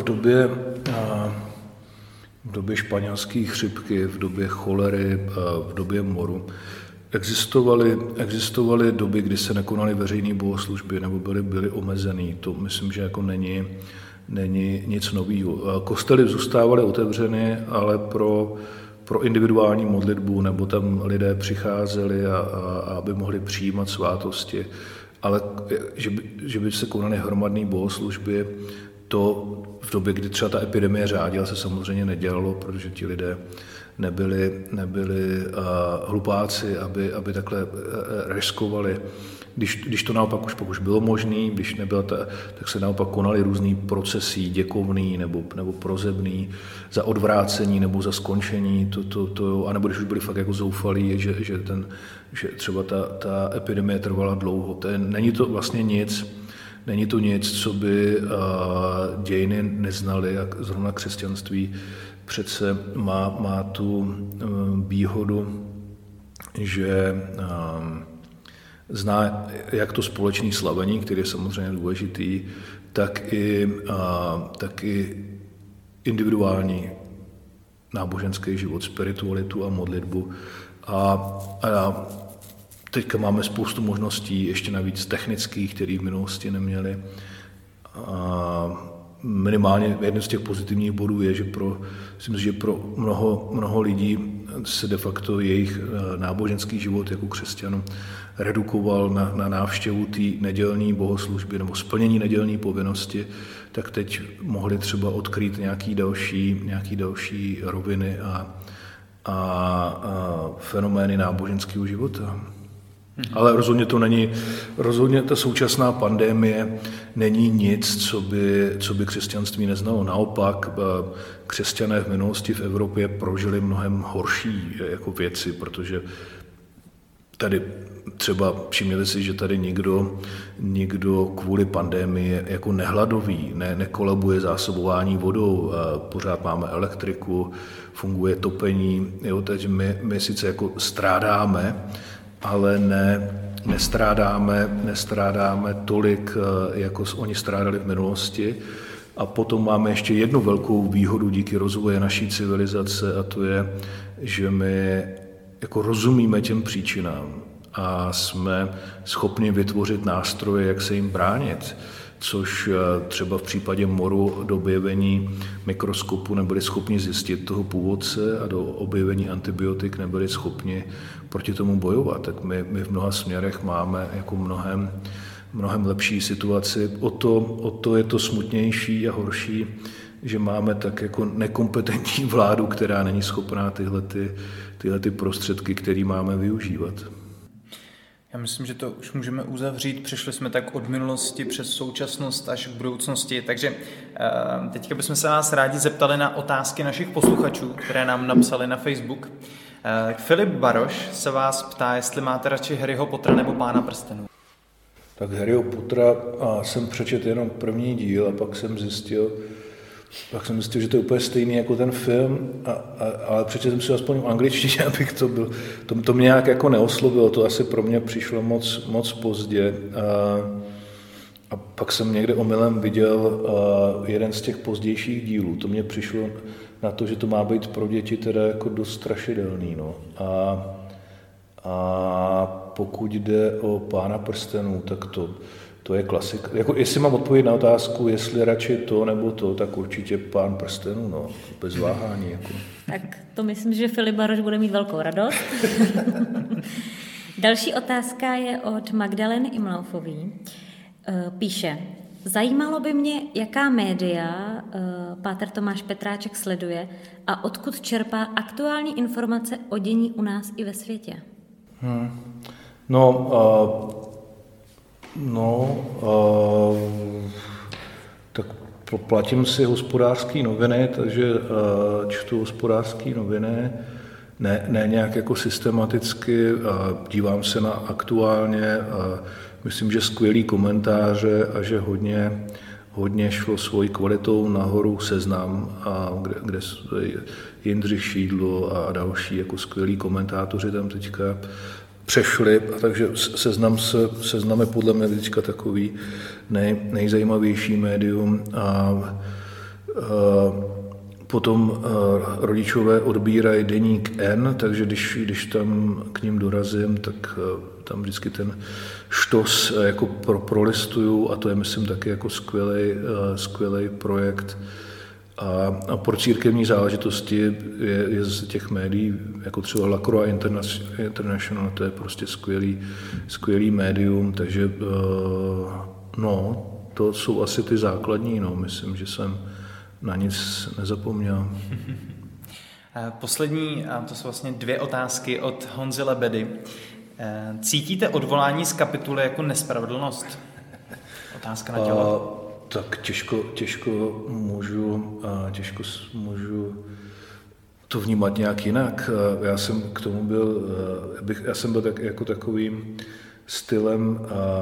době španělské chřipky, v době cholery, v době moru existovaly doby, kdy se nekonaly veřejné bohoslužby nebo byly omezený. To myslím, že jako není nic nového. Kostely zůstávaly otevřeny, ale pro individuální modlitbu, nebo tam lidé přicházeli, a aby mohli přijímat svátosti. Ale že by se konaly hromadné bohoslužby, to v době, kdy třeba ta epidemie řádila, se samozřejmě nedělalo, protože ti lidé nebyli hlupáci, aby takhle riskovali. Když to naopak už bylo možné, když nebylo tak se naopak konaly různý procesy děkovný nebo prozebný za odvrácení nebo za skončení, anebo když už byli fakt jako zoufalí, že třeba ta epidemie trvala dlouho. Není to vlastně nic, co by dějiny neznaly, a zrovna křesťanství přece má tu výhodu, že zná jak to společné slavení, které je samozřejmě důležitý, tak i individuální náboženský život, spiritualitu a modlitbu. A teďka máme spoustu možností, ještě navíc technických, které v minulosti neměli. Minimálně jeden z těch pozitivních bodů je, že pro mnoho lidí se de facto jejich náboženský život jako křesťanů redukoval na návštěvu té nedělní bohoslužby nebo splnění nedělní povinnosti, tak teď mohli třeba odkrýt nějaký další roviny a fenomény náboženského života. Ale rozhodně ta současná pandemie není nic, co by křesťanství neznalo. Naopak, křesťané v minulosti v Evropě prožili mnohem horší jako věci, protože tady třeba všimněte si, že tady nikdo kvůli pandemii jako nehladový, nekolabuje zásobování vodou, pořád máme elektriku, funguje topení, jo, takže my sice jako strádáme, ale nestrádáme tolik, jako oni strádali v minulosti. A potom máme ještě jednu velkou výhodu díky rozvoji naší civilizace, a to je, že my jako rozumíme těm příčinám a jsme schopni vytvořit nástroje, jak se jim bránit, což třeba v případě moru do objevení mikroskopu nebyli schopni zjistit toho původce a do objevení antibiotik nebyli schopni proti tomu bojovat. Tak my v mnoha směrech máme jako mnohem lepší situaci. O to je to smutnější a horší, že máme tak jako nekompetentní vládu, která není schopná tyhle prostředky, které máme, využívat. Já myslím, že to už můžeme uzavřít. Přišli jsme tak od minulosti přes současnost až k budoucnosti, takže teďka bychom se vás rádi zeptali na otázky našich posluchačů, které nám napsali na Facebook. Filip Baroš se vás ptá, jestli máte radši Harryho Pottera nebo Pána prstenů. Tak Harryho Pottera jsem přečetl jenom první díl a pak jsem zjistil, že to je úplně stejný jako ten film, ale přečetl jsem si aspoň v angličtině, abych to byl. To mě nějak jako neoslovilo, to asi pro mě přišlo moc pozdě. A pak jsem někde omylem viděl jeden z těch pozdějších dílů. To mě přišlo na to, že to má být pro děti teda jako dost strašidelný. No. A pokud jde o Pána prstenů, tak to je klasika. Jako, jestli mám odpovědět na otázku, jestli radši to nebo to, tak určitě Pán prstenů, no, bez váhání. Jako. Tak to myslím, že Filip Baroš bude mít velkou radost. Další otázka je od Magdaleny Imlaufový. Píše, zajímalo by mě, jaká média páter Tomáš Petráček sleduje a odkud čerpá aktuální informace o dění u nás i ve světě. Tak platím si Hospodářské noviny, takže čtu Hospodářské noviny, ne nějak jako systematicky, dívám se na aktuálně, myslím, že skvělý komentáře a že hodně šlo svojí kvalitou nahoru Seznam, kde Jindřich Šídlo a další jako skvělí komentátoři tam teďka přešli, a takže Seznam je podle mě teďka takový nejzajímavější médium. Potom rodičové odbírají deník N, takže když tam k ním dorazím, tak tam vždycky ten štos jako prolistuju, a to je, myslím, taky jako skvělý projekt. A pro církevní záležitosti je z těch médií, jako třeba La Croix International, to je prostě skvělý médium, takže to jsou asi ty základní, myslím, že jsem na nic nezapomněl. Poslední, to jsou vlastně 2 otázky od Honzy Lebedy. Cítíte odvolání z kapituly jako nespravedlnost? Otázka na tělo. Tak těžko můžu to vnímat nějak jinak. Já jsem k tomu byl tak jako takovým stylem,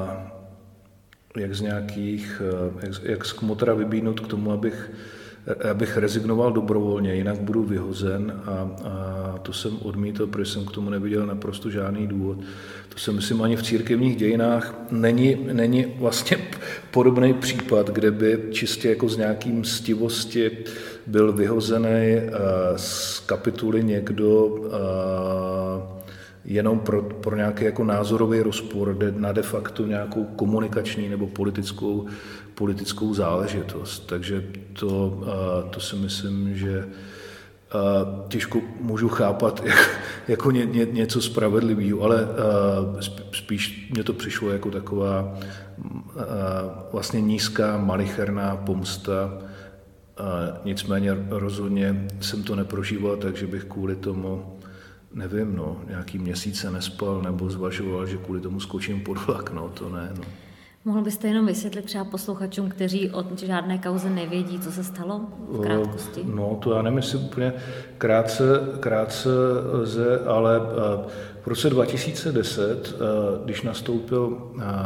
jak z kmotra vybídnout k tomu, abych rezignoval dobrovolně, jinak budu vyhozen, a to jsem odmítl, protože jsem k tomu neviděl naprosto žádný důvod. To se myslím ani v církevních dějinách není vlastně podobný případ, kde by čistě jako z nějaký mstivosti byl vyhozený z kapituly někdo jenom pro nějaký jako názorový rozpor, na de facto nějakou komunikační nebo politickou záležitost. Takže to si myslím, že těžko můžu chápat jako něco spravedlivého, ale spíš mně to přišlo jako taková vlastně nízká, malicherná pomsta. Nicméně rozhodně jsem to neprožíval, takže bych kvůli tomu, nevím, nějaký měsíce nespal nebo zvažoval, že kvůli tomu skočím pod vlak, to ne. Mohl byste jenom vysvětlit třeba posluchačům, kteří o žádné kauze nevědí, co se stalo v krátkosti? To já nemyslím úplně krátce lze, ale v roce 2010, když nastoupil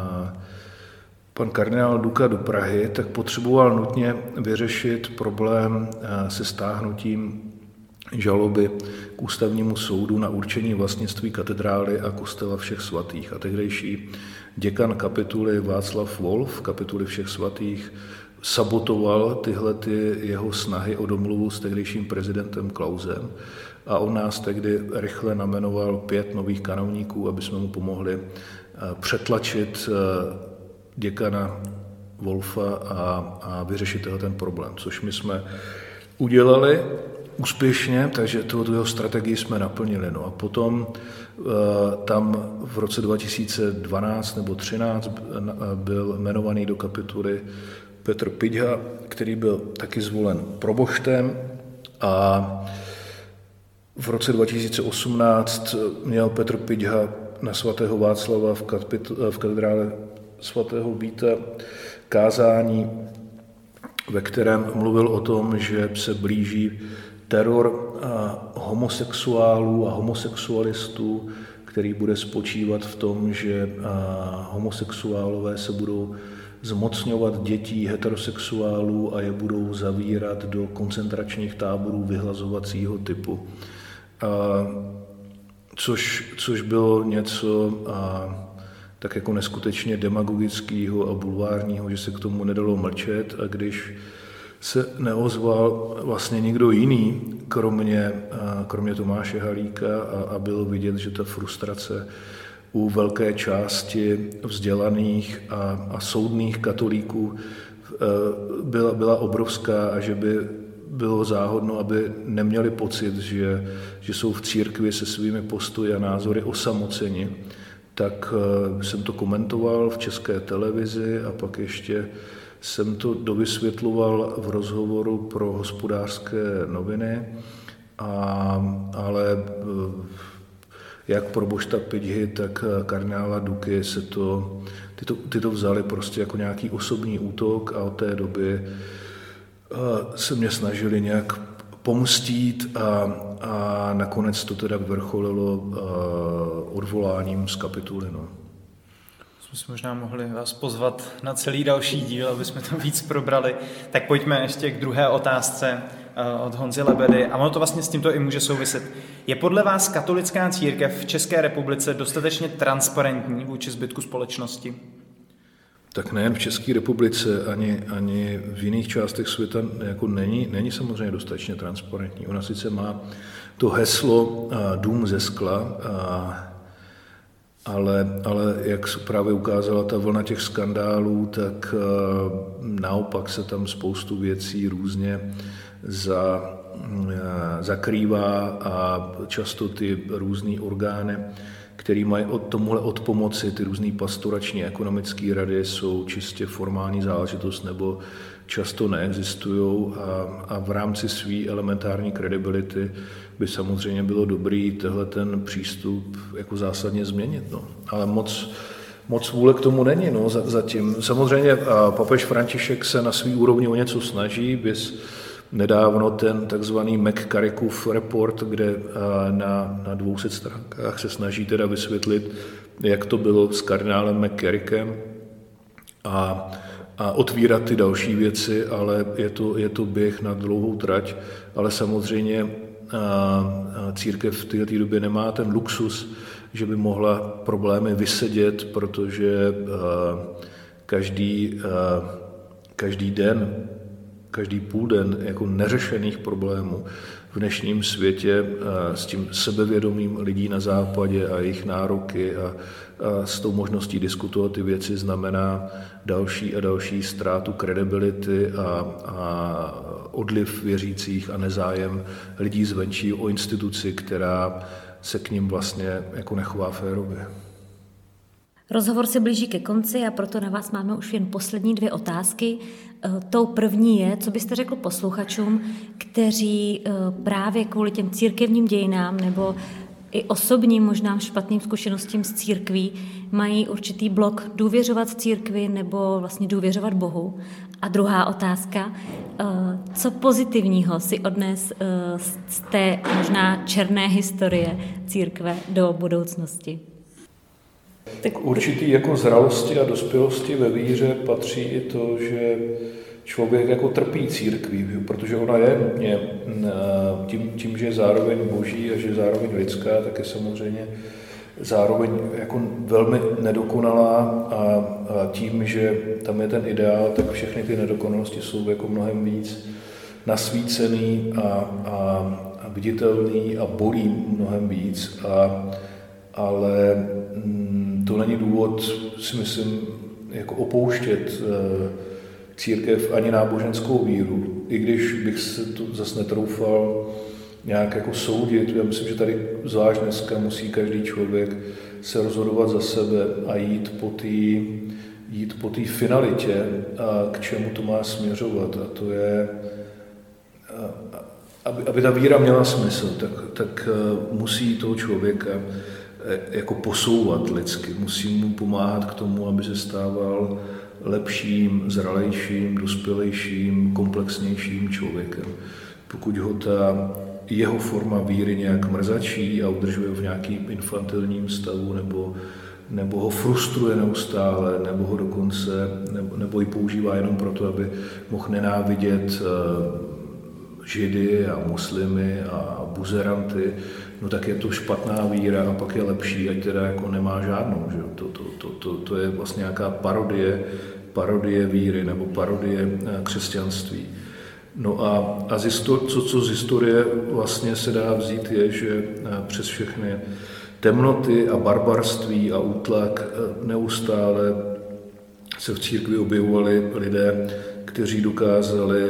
pan kardinál Duka do Prahy, tak potřeboval nutně vyřešit problém se stáhnutím žaloby k ústavnímu soudu na určení vlastnictví katedrály a kostela Všech svatých. A tehdejší děkan kapituly Václav Wolf, kapituly Všech svatých, sabotoval tyhle jeho snahy o domluvu s tehdejším prezidentem Klausem, a on nás tehdy rychle namenoval 5 nových kanovníků, aby jsme mu pomohli přetlačit děkana Wolfa a vyřešit ten problém, což my jsme udělali úspěšně, takže tu jeho strategii jsme naplnili. A potom tam v roce 2012 nebo 2013 byl jmenovaný do kapituly Petr Pidha, který byl taky zvolen proboštem, a v roce 2018 měl Petr Pidha na svatého Václava v katedrále svatého Víta kázání, ve kterém mluvil o tom, že se blíží teror homosexuálů a homosexualistů, který bude spočívat v tom, že homosexuálové se budou zmocňovat dětí heterosexuálů a je budou zavírat do koncentračních táborů vyhlazovacího typu. Což bylo něco tak jako neskutečně demagogického a bulvárního, že se k tomu nedalo mlčet, a když se neozval vlastně nikdo jiný, kromě Tomáše Halíka, a bylo vidět, že ta frustrace u velké části vzdělaných a soudných katolíků byla obrovská a že by bylo záhodno, aby neměli pocit, že jsou v církvi se svými postoji a názory osamoceni. Tak jsem to komentoval v České televizi a pak ještě jsem to dovysvětloval v rozhovoru pro Hospodářské noviny, ale jak probošta Pidhy, tak kardinála Duky se ty to vzali prostě jako nějaký osobní útok a od té doby se mě snažili nějak pomstít a nakonec to teda vrcholilo odvoláním z kapituly. No. Jsme možná mohli vás pozvat na celý další díl, aby jsme to víc probrali. Tak pojďme ještě k druhé otázce od Honzy Lebedy. A ono to vlastně s tímto i může souviset. Je podle vás katolická církev v České republice dostatečně transparentní vůči zbytku společnosti? Tak nejen v České republice, ani v jiných částech světa jako není samozřejmě dostatečně transparentní. Ona sice má to heslo dům ze skla, ale jak se právě ukázala ta vlna těch skandálů, tak naopak se tam spoustu věcí různě zakrývá a často ty různý orgány, který mají tomuhle odpomoci, ty různý pastorační ekonomické rady jsou čistě formální záležitost nebo často neexistují a v rámci své elementární kredibility by samozřejmě bylo dobrý tenhle ten přístup jako zásadně změnit. No. Ale moc vůle k tomu není zatím. Samozřejmě papež František se na svý úrovni o něco snaží, bys nedávno ten takzvaný McCarrickův report, kde na 200 stránkách se snaží teda vysvětlit, jak to bylo s kardinálem McCarrickem a otvírat ty další věci, ale je to běh na dlouhou trať, ale samozřejmě církev v této době nemá ten luxus, že by mohla problémy vysedět, protože každý půl den jako neřešených problémů v dnešním světě s tím sebevědomím lidí na západě a jejich nároky a s tou možností diskutovat ty věci znamená další a další ztrátu kredibility a odliv věřících a nezájem lidí zvenčí o instituci, která se k nim vlastně jako nechová férově. Rozhovor se blíží ke konci a proto na vás máme už jen poslední 2 otázky. Tou první je, co byste řekl posluchačům, kteří právě kvůli těm církevním dějinám nebo i osobním možná špatným zkušenostím s církví mají určitý blok důvěřovat církvi nebo vlastně důvěřovat Bohu. A druhá otázka, co pozitivního si odnes z té možná černé historie církve do budoucnosti? Tak určitý jako zralosti a dospělosti ve víře patří i to, že člověk jako trpí církví, protože ona je nutně tím, že je zároveň boží a že je zároveň lidská, tak je samozřejmě zároveň jako velmi nedokonalá a tím, že tam je ten ideál, tak všechny ty nedokonalosti jsou jako mnohem víc nasvícený a viditelný a bolí mnohem víc, ale to není důvod, si myslím, jako opouštět církev ani náboženskou víru, i když bych se to zase netroufal nějak jako soudit. Já myslím, že tady zvlášť dneska musí každý člověk se rozhodovat za sebe a jít po té finalitě, a k čemu to má směřovat. A to je, aby ta víra měla smysl, tak musí toho člověka jako posouvat lidsky, musí mu pomáhat k tomu, aby se stával lepším, zralejším, dospělejším, komplexnějším člověkem. Pokud ho ta jeho forma víry nějak mrzačí a udržuje v nějakým infantilním stavu, nebo ho frustruje neustále, nebo ho dokonce, nebo ji používá jenom proto, aby mohl nenávidět židy a muslimy a buzeranty, no tak je to špatná víra a pak je lepší, ať teda jako nemá žádnou. Že? To je vlastně nějaká parodie víry nebo parodie křesťanství. No a co z historie vlastně se dá vzít je, že přes všechny temnoty a barbarství a útlak. Neustále se v církvi objevovali lidé, kteří dokázali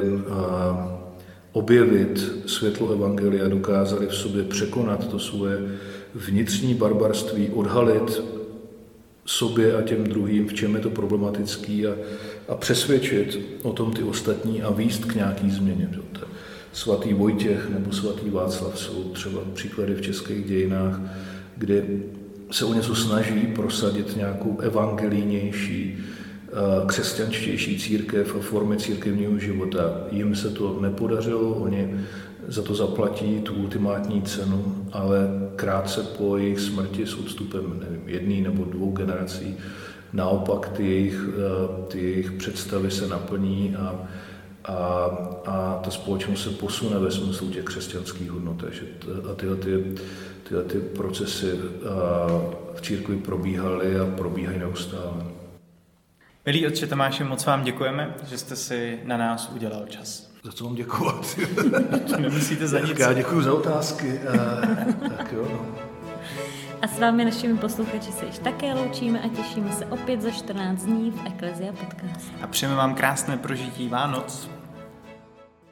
objevit světlo evangelia, dokázali v sobě překonat to svoje vnitřní barbarství, odhalit sobě a těm druhým, v čem je to problematický a přesvědčit o tom ty ostatní a vést k nějaký změně. Svatý Vojtěch nebo svatý Václav jsou třeba příklady v českých dějinách, kdy se o něco snaží prosadit nějakou evangelijnější, křesťanštější církev a formy církevního života. Jim se to nepodařilo, oni za to zaplatí tu ultimátní cenu, ale krátce po jejich smrti s odstupem jedné nebo 2 generací naopak ty jejich představy se naplní a ta společnost se posune ve smyslu těch křesťanských hodnot. A tyhle procesy v církvi probíhaly a probíhají neustále. Milý otče Tomáši, moc vám děkujeme, že jste si na nás udělal čas. Za co vám děkovat? Nemusíte za nic. Já děkuji za otázky. Tak jo, no. A s vámi, našimi posluchači, se již také loučíme a těšíme se opět za 14 dní v Ecclesia Podcast. A přejeme vám krásné prožití Vánoc.